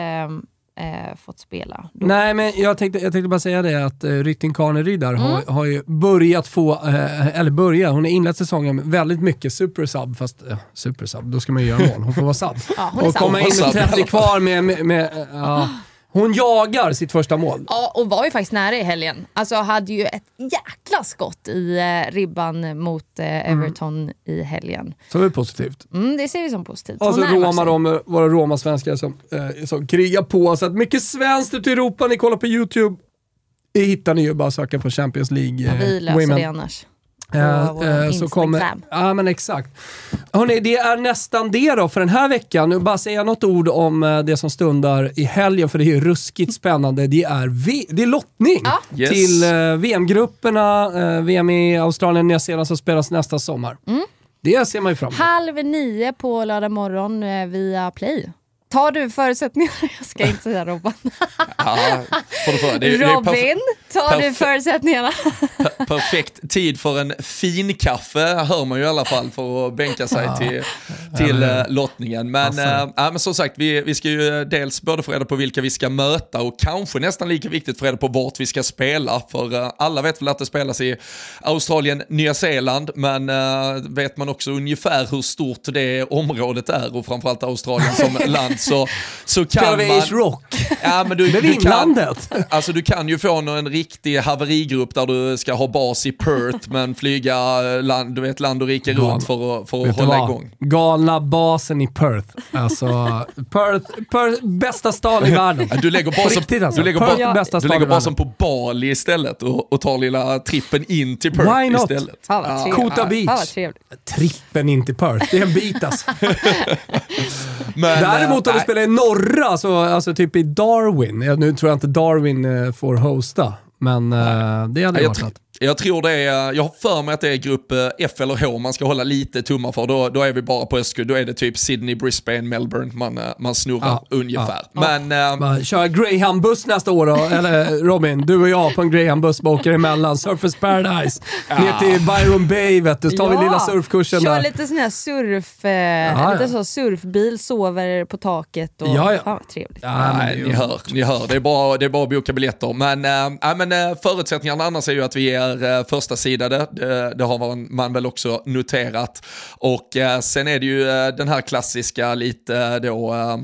eh, fått spela. Då. Nej, men jag tänkte, jag tänkte bara säga det att eh, Rytting Kaneryd där mm. har, har ju börjat få, eh, eller börja, hon har inlett säsongen med väldigt mycket supersub, fast eh, supersub, då ska man ju göra mål. Hon får vara sub. Ja, och komma in med trettio kvar med, med, med uh, ja. Hon jagar sitt första mål. Ja, och var ju faktiskt nära i helgen. Alltså hade ju ett jäkla skott i eh, ribban mot eh, Everton mm. i helgen. Så det är positivt. Mm, det ser vi som positivt. Och så Roma, de, våra Roma-svenskar som, eh, som krigar på. Så att mycket svenskt ute i Europa, ni kollar på YouTube. hittar ni ju bara söka på Champions League. Ja, vi löser Women. det annars. Uh, uh, så kommer, ja men exakt. Hörrni, det är nästan det då för den här veckan. Nu bara säga något ord om uh, det som stundar i helgen, för det är ju ruskigt spännande. Det är, v- det är lottning ah. yes. till uh, V M-grupperna, uh, V M i Australien och Nya Zeeland som spelas nästa sommar. Mm. Det ser man ju fram emot. Halv nio på lördag morgon uh, via Play. Tar du förutsättningar? Jag ska inte säga Robban. Ja, för det för. Det är, Robin, det är perf- tar perf- du förutsättningarna? per- perfekt tid för en fin kaffe, hör man ju i alla fall, för att bänka sig ja. till, till äh, lottningen. Men, äh, äh, men som sagt, vi, vi ska ju dels både få reda på vilka vi ska möta och kanske nästan lika viktigt få reda på vart vi ska spela. För äh, alla vet väl att det spelas i Australien, Nya Zeeland, men äh, vet man också ungefär hur stort det området är, och framförallt Australien som land. Så, så kan vi man... rock. Ja, men du, det är du, kan, alltså, du kan ju få en riktig haverigrupp där du ska ha bas i Perth men flyga land, du vet, land och rike Gal. runt för att, för att hålla vad? igång. Galna basen i Perth. Alltså, Perth, Perth bästa stan i världen. Du lägger basen, riktigt, alltså. du lägger, Perth, ba- bästa du lägger basen på Bali istället och, och tar lilla trippen in till Perth Why not? istället. Ja, vad trevligt. Kota Beach. Ja, vad trevligt. Trippen in till Perth. Det är en bit alltså. Men, Däremot äh, om du spelar i norra, så, alltså typ i Darwin. Ja, nu tror jag inte Darwin uh, får hosta, men uh, det hade jag varit tr- något. Jag tror det är, jag har för mig att det är grupp F eller H man ska hålla lite tummar för. Då, då är vi bara på östkusten. Då är det typ Sydney, Brisbane, Melbourne man, man snurrar ja, ungefär. Ja, Men, ja. Äh, kör Greyhound-buss nästa år då. Eller Robin, du och jag på en Greyhound-buss bara åker emellan. Surfers Paradise. Ja. Ner till Byron Bay, vet du. Så tar ja. vi lilla surfkursen kör där. Kör lite sån här surf, eh, ja, lite ja. så surfbil, sover på taket. Och, ja, ja. Fan, vad trevligt. Ja, Nej, ni hör, ni hör. Det är bara, det är bara att boka biljetter. Men, äh, men äh, förutsättningarna annars är ju att vi är äh, första sidade. Det, det har man väl också noterat. Och äh, sen är det ju äh, den här klassiska lite då äh,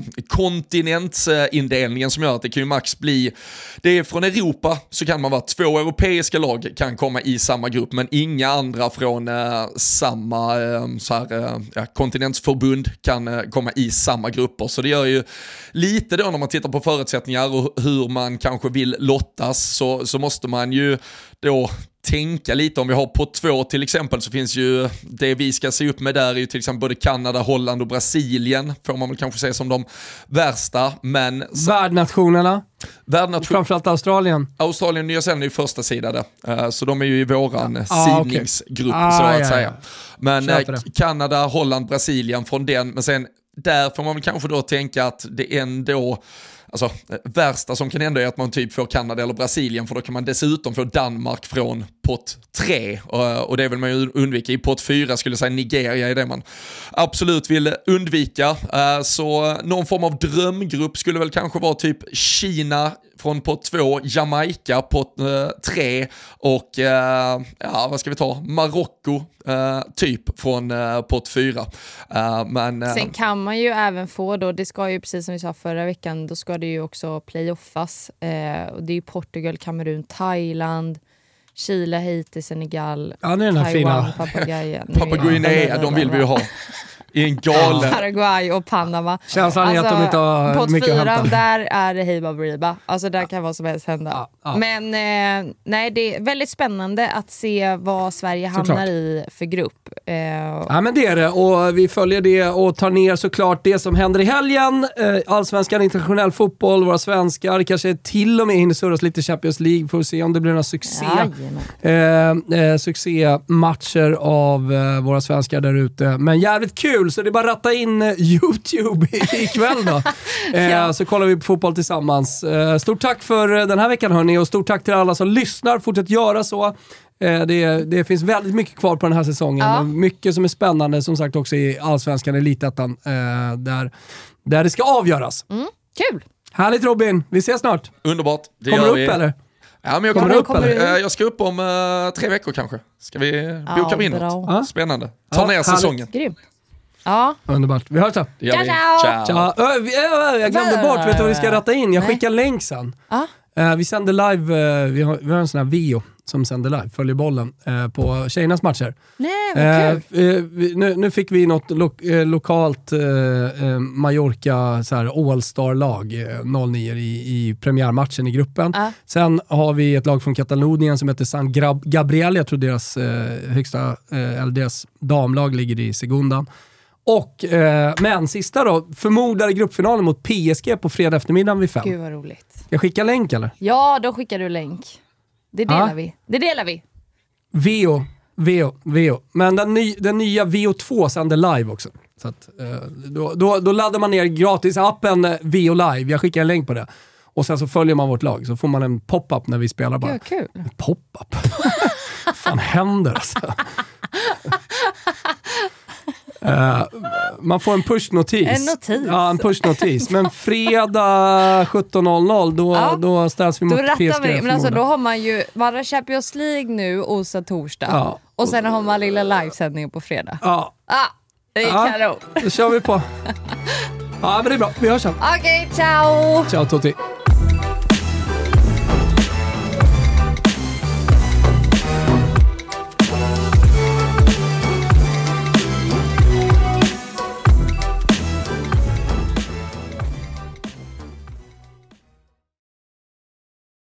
kontinentsindelningen som gör att det kan ju max bli, det är från Europa så kan man vara två europeiska lag kan komma i samma grupp, men inga andra från äh, samma äh, så här, äh, ja, kontinentsförbund kan äh, komma i samma grupper. Så det gör ju lite då när man tittar på förutsättningar och hur man kanske vill lottas, så, så måste man ju då tänka lite. Om vi har på två till exempel, så finns ju det vi ska se upp med där är ju till exempel både Kanada, Holland och Brasilien, får man väl kanske se som de värsta. Men värdnationerna, värdnation... framförallt Australien. Australien och Nya Zeeland är ju första sidade, så de är ju i våran ah, sidningsgrupp okay. ah, så att ja, säga. Ja. Men Kanada, Holland, Brasilien från den, men sen där får man väl kanske då tänka att det ändå, alltså värsta som kan hända är att man typ får Kanada eller Brasilien, för då kan man dessutom få Danmark från pott tre, och, och det vill man ju undvika. I pott fyra skulle jag säga Nigeria är det man absolut vill undvika. Uh, så någon form av drömgrupp skulle väl kanske vara typ Kina från pott två, Jamaica pott uh, tre och uh, ja, vad ska vi ta? Marocko uh, typ från uh, pott fyra. Uh, men, uh, Sen kan man ju även få då, det ska ju precis som vi sa förra veckan, då ska det ju också playoffas. Uh, och det är ju Portugal, Kamerun, Thailand, Chile, Haiti, Senegal, ja, det är den här Taiwan, fina Papua Papua Guinea, de vill vi ju ha. I en galen... Paraguay och Panama. Känslan är alltså, att de inte har pott mycket fyra, att hämta. där är det Heiba Briba. Alltså där kan vad som helst hända. Ja, ja. Men eh, nej, det är väldigt spännande att se vad Sverige hamnar såklart i för grupp. Eh, ja, men det är det. Och vi följer det och tar ner såklart det som händer i helgen. Eh, Allsvenskan, internationell fotboll, våra svenskar. Kanske till och med hinner surras lite Champions League. Får vi se om det blir några succé. Eh, eh, succématcher av eh, våra svenskar där ute. Men jävligt kul, så det är bara att ratta in eh, YouTube ikväll då. Eh, ja. Så kollar vi på fotboll tillsammans. Eh, stort tack för eh, den här veckan hörni, och stort tack till alla som lyssnar. Fortsätt göra så. Eh, det, det finns väldigt mycket kvar på den här säsongen. Ja. Mycket som är spännande, som sagt också i Allsvenskan, Elitettan, eh, där, där det ska avgöras. Mm, kul! Härligt Robin, vi ses snart. Underbart. Det kommer gör du upp vi. eller? Ja, men jag kommer, kommer, upp, upp eller? jag ska upp om uh, tre veckor kanske. Ska vi boka ja, in något? Spännande. Ta ja, ner säsongen. Grymt. Ja. Underbart. Vi hörs då. Det gör vi. Ciao. Ciao. Ö, vi, ö, jag glömde bort, vet du vad vi ska ratta in? Jag Nej. skickar länk sen. Ah. Uh, vi sänder live, uh, vi, har, vi har en sån här video som sänder live, följer bollen eh, på tjejernas matcher. Nej, vad kul. Eh, vi, nu, nu fick vi något lo, eh, lokalt eh, Mallorca så här, all-star-lag, eh, noll nio i, i premiärmatchen i gruppen. Uh. Sen har vi ett lag från Katalonien som heter San Grab- Gabriel, jag tror deras eh, högsta, eh, eller deras damlag ligger i segundan. Och, eh, men sista då, förmodade gruppfinalen mot P S G på fredag eftermiddagen vid fem. Gud vad roligt. Jag skickar länk eller? Ja, då skickar du länk. Det delar ah. vi. Det delar vi. V O, V O, V O. Men den, ny, den nya V O två sänder live också. Så att, eh, då, då, då laddar man ner gratis appen eh, V O Live. Jag skickar en länk på det. Och sen så följer man vårt lag. Så får man en pop-up när vi spelar bara. Gud, kul. En pop-up? Vad fan händer alltså? Uh, man får en push-notis. En notis. Ja, en push-notis. Men fredag sjutton noll noll då, ja. då ställs vi mot P S G. Men alltså, då har man ju man har Champions League nu onsdag torsdag. Ja. Och sen har man lilla livesändningen på fredag. Ja. Ah, det är ja. kanon. Då kör vi på. Ja, men det är bra. Vi hörs sen. Okej, okay, ciao. Ciao Tutti.